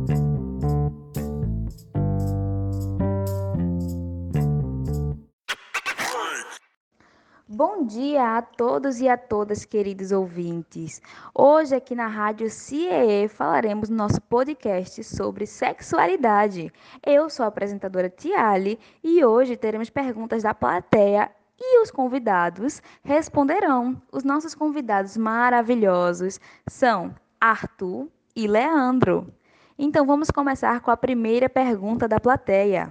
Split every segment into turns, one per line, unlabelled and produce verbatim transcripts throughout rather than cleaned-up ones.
Bom dia a todos e a todas, queridos ouvintes. Hoje, aqui na Rádio C E E, falaremos no nosso podcast sobre sexualidade. Eu sou a apresentadora Tiale e hoje teremos perguntas da plateia e os convidados responderão. Os nossos convidados maravilhosos são Arthur e Leandro. Então, vamos começar com a primeira pergunta da plateia.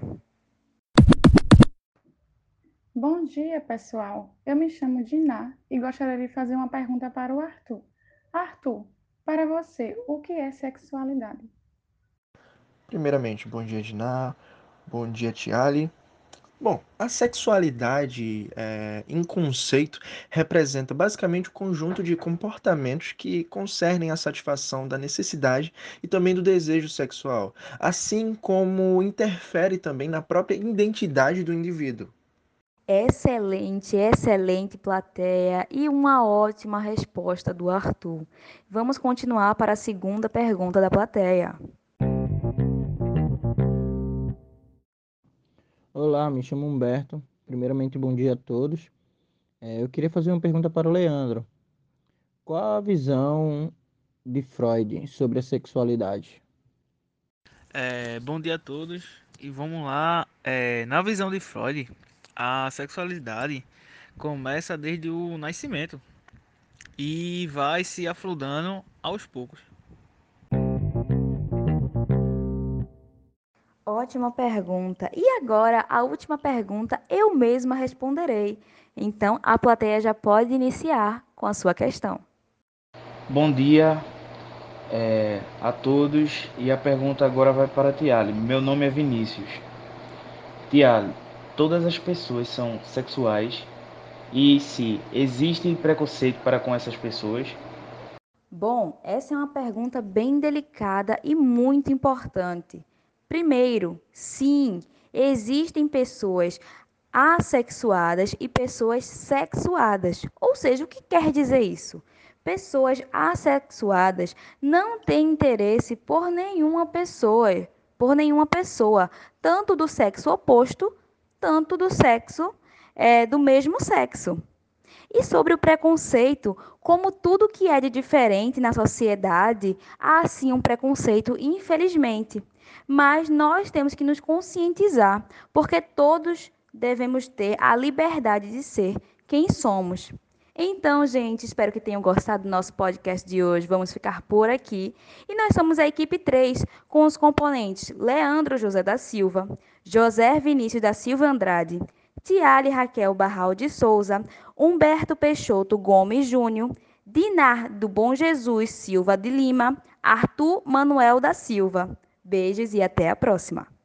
Bom dia, pessoal. Eu me chamo Diná e gostaria de fazer uma pergunta para o Arthur. Arthur, para você, o que é sexualidade?
Primeiramente, bom dia, Diná. Bom dia, Tiali. Bom, a sexualidade, é, em conceito, representa basicamente o conjunto de comportamentos que concernem a satisfação da necessidade e também do desejo sexual, assim como interfere também na própria identidade do indivíduo.
Excelente, excelente plateia e uma ótima resposta do Arthur. Vamos continuar para a segunda pergunta da plateia.
Olá, me chamo Humberto. Primeiramente, bom dia a todos. É, eu queria fazer uma pergunta para o Leandro. Qual a visão de Freud sobre a sexualidade?
É, bom dia a todos e vamos lá. É, na visão de Freud, a sexualidade começa desde o nascimento e vai se aflorando aos poucos.
Ótima pergunta. E agora, a última pergunta eu mesma responderei. Então, a plateia já pode iniciar com a sua questão.
Bom dia é, a todos e a pergunta agora vai para a Tiale. Meu nome é Vinícius. Tiale, todas as pessoas são sexuais e se existe preconceito para com essas pessoas?
Bom, essa é uma pergunta bem delicada e muito importante. Primeiro, sim, existem pessoas assexuadas e pessoas sexuadas. Ou seja, o que quer dizer isso? Pessoas assexuadas não têm interesse por nenhuma pessoa, por nenhuma pessoa, tanto do sexo oposto, tanto do sexo é, do mesmo sexo. E sobre o preconceito, como tudo que é de diferente na sociedade, há sim um preconceito, infelizmente. Mas nós temos que nos conscientizar, porque todos devemos ter a liberdade de ser quem somos. Então, gente, espero que tenham gostado do nosso podcast de hoje. Vamos ficar por aqui. E nós somos a equipe três, com os componentes Leandro José da Silva, José Vinícius da Silva Andrade, Tiale Raquel Barral de Souza, Humberto Peixoto Gomes Júnior, Dinar do Bom Jesus Silva de Lima, Arthur Manuel da Silva. Beijos e até a próxima.